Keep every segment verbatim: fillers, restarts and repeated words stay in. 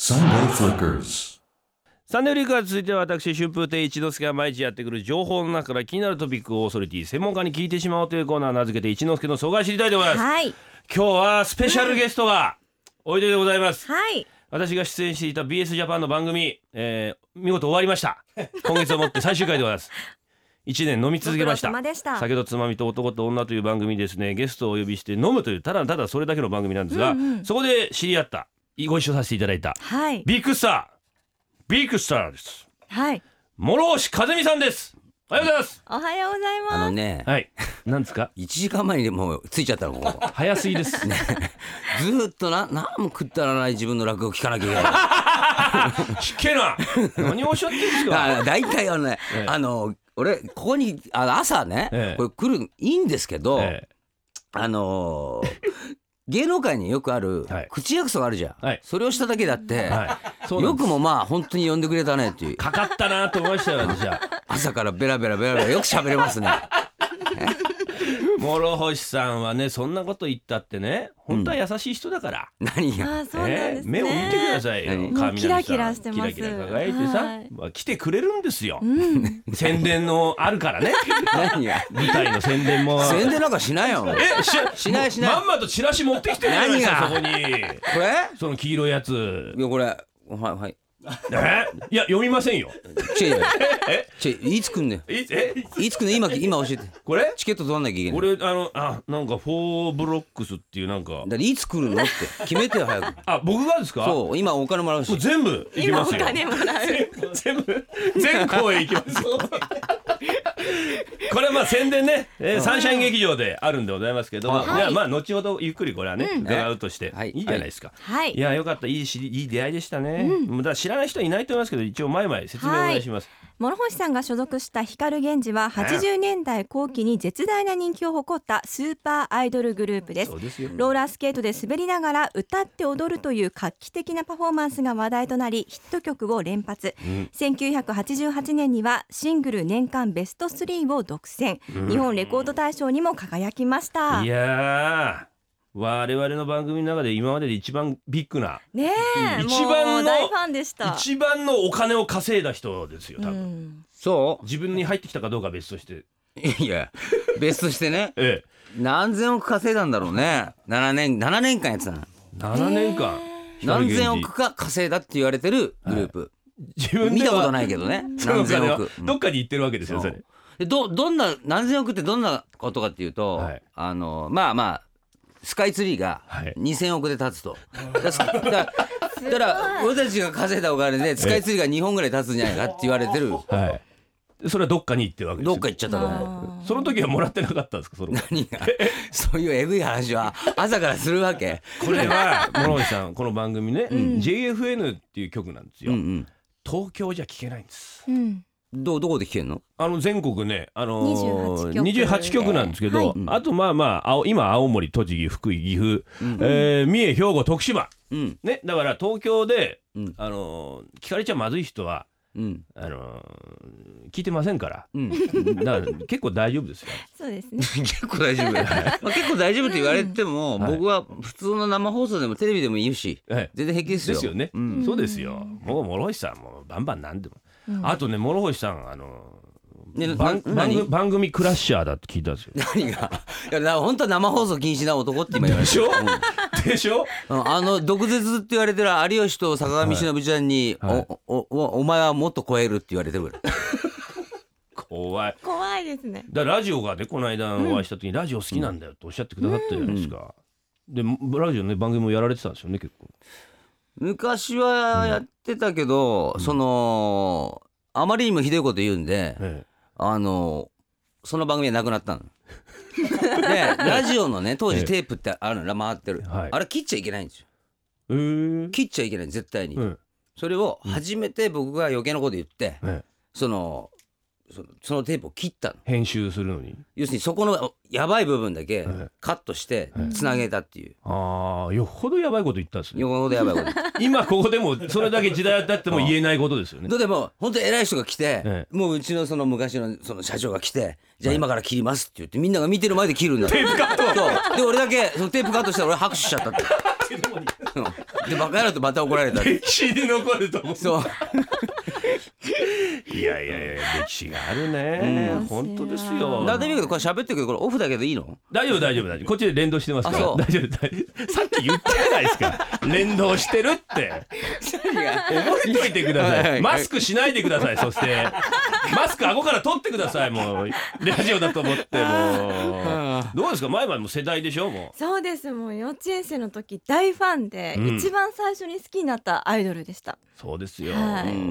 Sunday Flickers。 サンデーフリッカー続いては私春風亭一之輔が毎日やってくる情報の中から気になるトピックをオーソリティ専門家に聞いてしまおうというコーナー、名付けて一之輔の総合知りたいでございます、 はい、 今日はスペシャルゲストがおいででございます、 はい、 私が出演していた ビーエス ジャパンの番組、えー、見事終わりました今月をもって最終回でございますいちねん飲み続けました。 ご苦労様でした。 酒とつまみと男と女という番組ですね。ゲストをお呼びして飲むというただただそれだけの番組なんですが、うんうん、そこで知り合ったご一緒させていただいた、 はい、 ビッグスタービッグスターです、 はい、 諸星和美さんです。おはようございます。 おはようございます。 あのね、 はい、なんですかいちじかんまえにもう着いちゃったのここ早すぎです、ね、 ずっとな何も食ったらない自分の落語聞かなきゃいけない聞けな何をおっしゃってるんですか。 だいたいあのね、ええ、あの俺ここにあの朝ね、ええ、これ来るいいんですけど、ええ、あのー、芸能界によくある口約束あるじゃん、はい、それをしただけだって、はい、よくもまあ本当に呼んでくれたねっていう。 かかったなと思いましたよ私は。 朝からベラベラベラベラよく喋れますね諸星さんはねそんなこと言ったってね本当は優しい人だから、 うん、何が、 あ、そうなんですね、 えー、目を見てくださいよ。 もうキラキラしてます。 キラキラ輝いてさ、はい、まあ、来てくれるんですよ、うん、宣伝のあるからね何が舞台の宣伝も宣伝なんかしないよ。 え し, しないしない。 まんまとチラシ持ってきてるじゃないですか。そこにこれその黄色いやつ。 いやこれはいはいえいや読みませんよ。 ちょえちょいつ来んねん。いつ来んねん。今今教えて。 これチケット取らなきゃいけない。 これあのあなんかフォーブロックスっていうなんか。だからいつ来るのって決めてよ早く。 あ僕がですか。 そう今お金もらうし。 もう全部行きますよ。 今お金もらう。 全部全公演行きますよ。これはまあ宣伝ね、えー、サンシャイン劇場であるんでございますけども、はい、いやまあ後ほどゆっくりこれはね、うん、伺うとしていいじゃないですか、 はい、 いやよかった。いいしいい出会いでしたね、うん、だから知らない人はいないと思いますけど一応前々説明お願いします。 諸星さんが所属した光源氏ははちじゅうねんだいこう期に絶大な人気を誇ったスーパーアイドルグループです。 そうですよ。 ローラースケートで滑りながら歌って踊るという画期的なパフォーマンスが話題となりヒット曲を連発、うん、せんきゅうひゃくはちじゅうはちねんにはシングル年間ベストスリーを独占、うん、日本レコード大賞にも輝きました。 いやー我々の番組の中で今までで一番ビッグな、 ねえ、 一番の大ファンでした。 一番のお金を稼いだ人ですよ多分、うん、 そう自分に入ってきたかどうかは別としていや別としてね、 ええ、 何千億稼いだんだろうね。ななねんななねんかんやってたな。 ななねんかん、 えー、何千億か稼いだって言われてるグループ、はい、 自分では見たことないけどね。何千億どっかに行ってるわけですよそれ。 で ど, どんな何千億ってどんなことかっていうと、はい、あのまあまあスカイツリーがにせんおくで建つと、はい、だだだから俺たちが稼いだお金でスカイツリーがにほんぐらい建つんじゃないかって言われてる、 はい、それはどっかに行ってるわけですよ。 どっか行っちゃったの。 その時はもらってなかったんですかその何がそういうエグい話は朝からするわけこれは諸星さんこの番組ね、うん、ジェイエフエヌ っていう曲なんですよ、うんうん、東京じゃ聴けないんです、 うん、 ど, どこで聴けるの。 あの全国ね、あのー、 にじゅうはちきょくにじゅうはちきょくなんですけど、はい、あとまあまあ青今青森栃木福井岐阜、うんえー、三重兵庫徳島、うんね、だから東京で、うんあのー、聞かれちゃまずい人は、うんあのー、聞いてませんから、うん、だから結構大丈夫ですよ。 そうですね結構大丈夫、まあ、結構大丈夫って言われても、うん、僕は普通の生放送でもテレビでもいいし、はい、全然平気ですよ。 ですよね、うん、そうですよ。もう諸星さんもバンバン何でも、うん、あとね諸星さんあのね、番, 番, 組番組クラッシャーだって聞いたんですよ。 何がいや本当は生放送禁止な男って今言われてるでしょ、うん、でしょあの毒舌って言われてる有吉と坂上忍ちゃんに、はいはい、お, お, お, お前はもっと超えるって言われてる怖い怖いですね。 だラジオがねこの間お会いした時に、うん、ラジオ好きなんだよっておっしゃってくださったじゃないですか、うん、でラジオね番組もやられてたんですよね結構。 昔はやってたけど、うん、そのあまりにもひどいこと言うんで、ええあのその番組はなくなったのでラジオのね当時テープってあるの回ってる、はい、あれ切っちゃいけないんですよ、えー、切っちゃいけない絶対に、うん、それを初めて僕が余計なこと言って、うん、そのその、そのテープを切ったの。 編集するのに要するにそこのやばい部分だけカットしてつなげたっていう、 ああよほどやばいこと言ったんですね。 よほどやばいこと今ここでもそれだけ時代だっても言えないことですよね。 でも本当に偉い人が来て、ええ、もううちのその昔のその社長が来てじゃあ今から切りますって言ってみんなが見てる前で切るんだ。 テープカットで俺だけそのテープカットしたら俺拍手しちゃったってってとこにでバカ野郎とまた怒られた。 歴史に残ると思う。 そういやいやいや歴史があるね、うん、本当ですよ。 だってみるけどこれ喋ってるけどこれオフだけどいいの？ 大丈夫大丈夫大丈夫。こっちで連動してますから大丈夫大丈夫。さっき言ったじゃないですか連動してるって覚えといてください。マスクしないでください。そしてマスク顎から取ってください。もうラジオだと思ってもうどうですか前々も世代でしょ。もうそうです。もう幼稚園生の時大ファンで、うん、一番最初に好きになったアイドルでした。 そうですよ、 はい、 うん、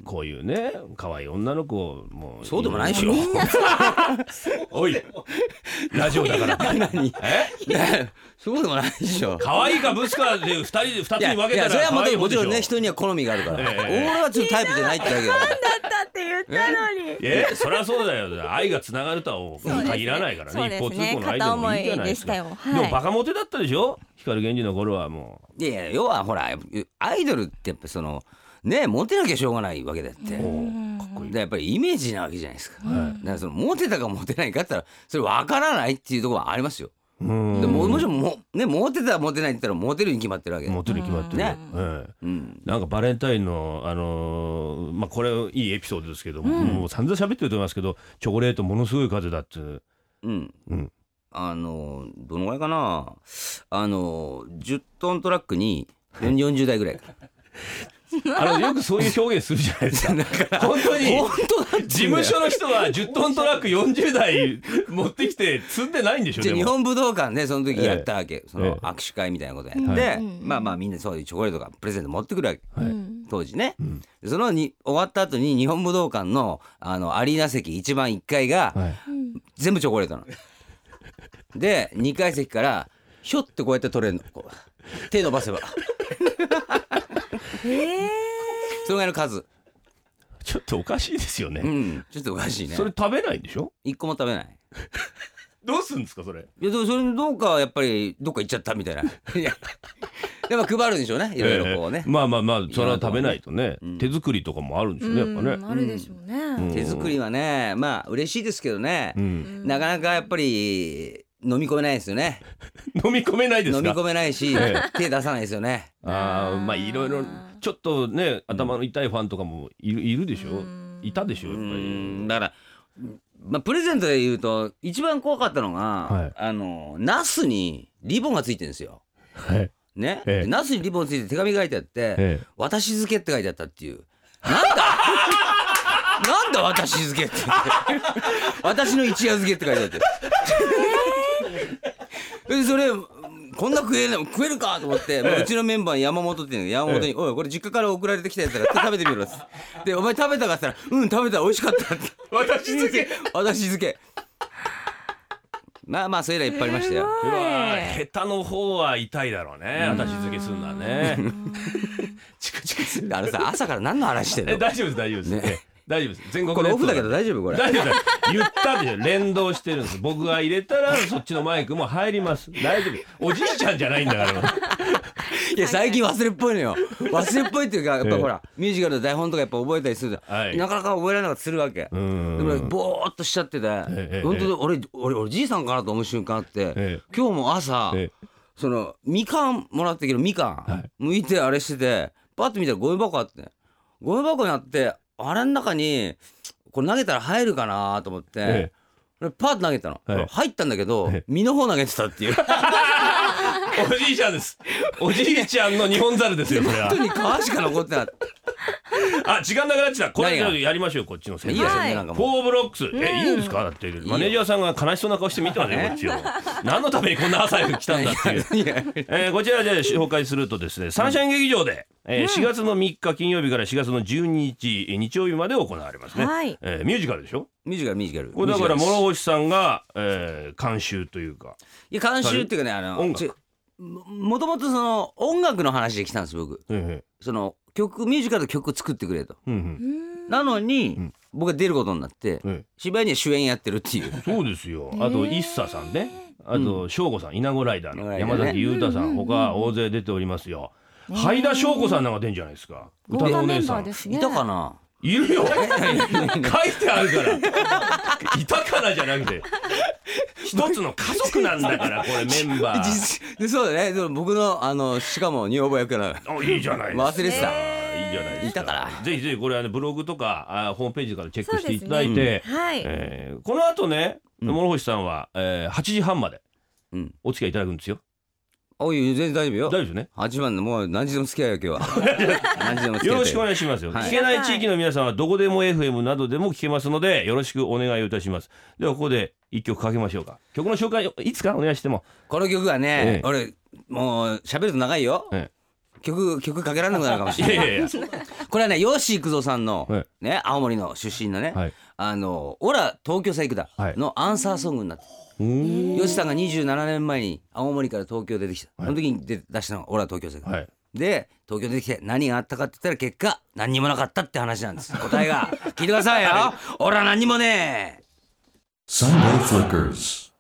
こういうね可愛い女の子もうそうでもないでしょ。 みんなおいラジオだから何えそうでもないでしょ。 可愛いかブスかで二人で二つに分けたらいやいやそれはもちろんもちろんね人には好みがあるから、えー、俺はちょっとタイプじゃないってだけだ。 ファンだったって言ったのにええそりゃそうだよ。愛がつながるとは限らないからね。一方通行の愛でもいいじゃないですか。でもバカモテだったでしょ光源氏の頃は。もういやいや要はほらアイドルってやっぱそのねモテなきゃしょうがないわけだって。かっこいい。やっぱりイメージなわけじゃないですか、はい、だからそのモテたかモテないかって言ったらそれ分からないっていうところはありますよ。うんでももちろんも、ね、モテたモテないって言ったらモテるに決まってるわけ。 モテるに決まってる、ねええうん、なんかバレンタインの、あのーまあ、これいいエピソードですけど、うん、もう散々喋ってると思いますけどチョコレートものすごい数だって。 うんうんあのどのぐらいかなあのじゅっトントラックによんじゅうだいぐらいあのよくそういう表現するじゃないですか。だから本当に事務所の人はじゅっトントラックよんじゅうだい持ってきて積んでないんでしょ。 じゃ日本武道館でその時やったわけ、ええ、その握手会みたいなことやって、ええ、まあまあみんなそういうチョコレートとかプレゼント持ってくるわけ、はい、当時ね、うん、そのに終わった後に日本武道館 の, あのアリーナ席一番いっかいが、はい、全部チョコレートなのでにかい席からひょってこうやって取れるの。こう手伸ばせばえー、そのぐらいの数。 ちょっとおかしいですよね、 うん、ちょっとおかしいね。 それ食べないんでしょ。 一個も食べないどうするんですかそれ。 いやでもそれどうかやっぱりどっか行っちゃったみたいな。いややっぱ配るんでしょうねいろいろこうね、 えー、まあまあまあそれは食べないとね、うん、手作りとかもあるんですよねやっぱね、 うん、あるでしょうね、うん、 手作りはねまあ嬉しいですけどね、うん、なかなかやっぱり飲み込めないですよね。 飲み込めないですか。 飲み込めないし、ええ、手出さないですよね。 ああまあいろいろちょっとね頭の痛いファンとかもい る, いるでしょ。いたでしょやっぱり。 だからまあプレゼントで言うと一番怖かったのが、はい、あのナスにリボンがついてるんですよ。はいね、ええ、ナスにリボンついて手紙書いてあって、ええ、私付けって書いてあったっていう。なんだなんだ私付けって私の一夜漬けって書いてあってえー、それこんな食えない食えるかと思って、えー、もううちのメンバーに山本っていうの山本に、えー、おいこれ実家から送られてきたやつだから食べてみろでお前食べたかったらうん食べたら美味しかったって私漬け私漬けまあまあそれらいっぱいありましたよ。 うわ下手の方は痛いだろうね私漬けすんのはねチクチクするあのさ朝から何の話してんの。 大丈夫です大丈夫です、ね、大丈夫です全国これオフだけど大丈夫これ大丈夫です言ったでしょ連動してるんです。僕が入れたらそっちのマイクも入ります大丈夫おじいちゃんじゃないんだからいや最近忘れっぽいのよ忘れっぽいっていうかやっぱほら、ええ、ミュージカルの台本とかやっぱ覚えたりする、はい、なかなか覚えられなかったりするわけ。でもボーっとしちゃってて、ええ、本当に俺、俺、俺じいさんかなと思う瞬間あって、ええ、今日も朝、ええ、そのみかんもらったけどみかん、はい、剥いてあれしててパッと見たらゴミ箱あってゴミ箱にあってあれの中にこれ投げたら入るかなと思って、ええ、パーッと投げたの、はい、入ったんだけど、ええ、身の方投げてたっていうおじいちゃんですおじいちゃんの日本猿ですよそれは本当に皮しか残ってなかったあ時間なくなっちゃったこれやりましょうこっちのいいやそれなんかもうフォーブロックスえいいんですかだってマネージャーさんが悲しそうな顔して見てますよこっちを何のためにこんな朝早く来たんだっていうえー、こちらで紹介するとですねサンシャイン劇場で、えー、しがつのみっか金曜日からしがつのじゅうににち日曜日まで行われますね、はいえー、ミュージカルでしょミュージカルミュージカルこれだから諸星さんが、えー、監修というかいや監修っていうかねあの音楽もともとその音楽の話で来たんです僕、うんうん、その曲ミュージカルの曲を作ってくれと、うんうん、なのに、うん、僕が出ることになって、うん、芝居には主演やってるっていうそうですよあと一茶さんねあと省吾さん稲子ライダーの山崎裕太さん他大勢出ておりますよ。はいだしょうこさんなんか出んじゃないですか歌のお姉さん、 ね、 いたかないるよ書いてあるからいたからじゃなくて一つの家族なんだからこれメンバーでそうだね。でも僕のあのしかも女房役なのいいじゃない忘れてた、 いいじゃないですか。 いたからぜひぜひこれはねブログとかあホームページからチェックしていただいて、 ねはいえー、この後ね諸星さんは、えー、はちじはんまでお付き合いいただくんですよ。 おい全然大丈夫よ。 大丈夫ですね。 はちじはんのもう何時でも付き合いよ今日は何時でも付き合いよろしくお願いしますよ、はい、聞けない地域の皆さんはどこでも エフエム などでも聞けますのでよろしくお願いいたします。ではここで一曲かけましょうか。曲の紹介いつかお願いしても。 この曲はね、ええ、俺もう喋ると長いよ、ええ、曲曲かけられなくなるかもしれない。いやいやこれはね吉幾三さんの、ええ、ね青森の出身のね、はい、あのオラ東京さ行くだのアンサーソングになって、吉さんがにじゅうななねんまえに青森から東京出てきた、はい、その時に出したのがオラ東京さ行く、はい、で東京出てきて何があったかって言ったら結果何にもなかったって話なんです。答えが聞いてくださいよ。オラ何にもねえ。Sunday Flickers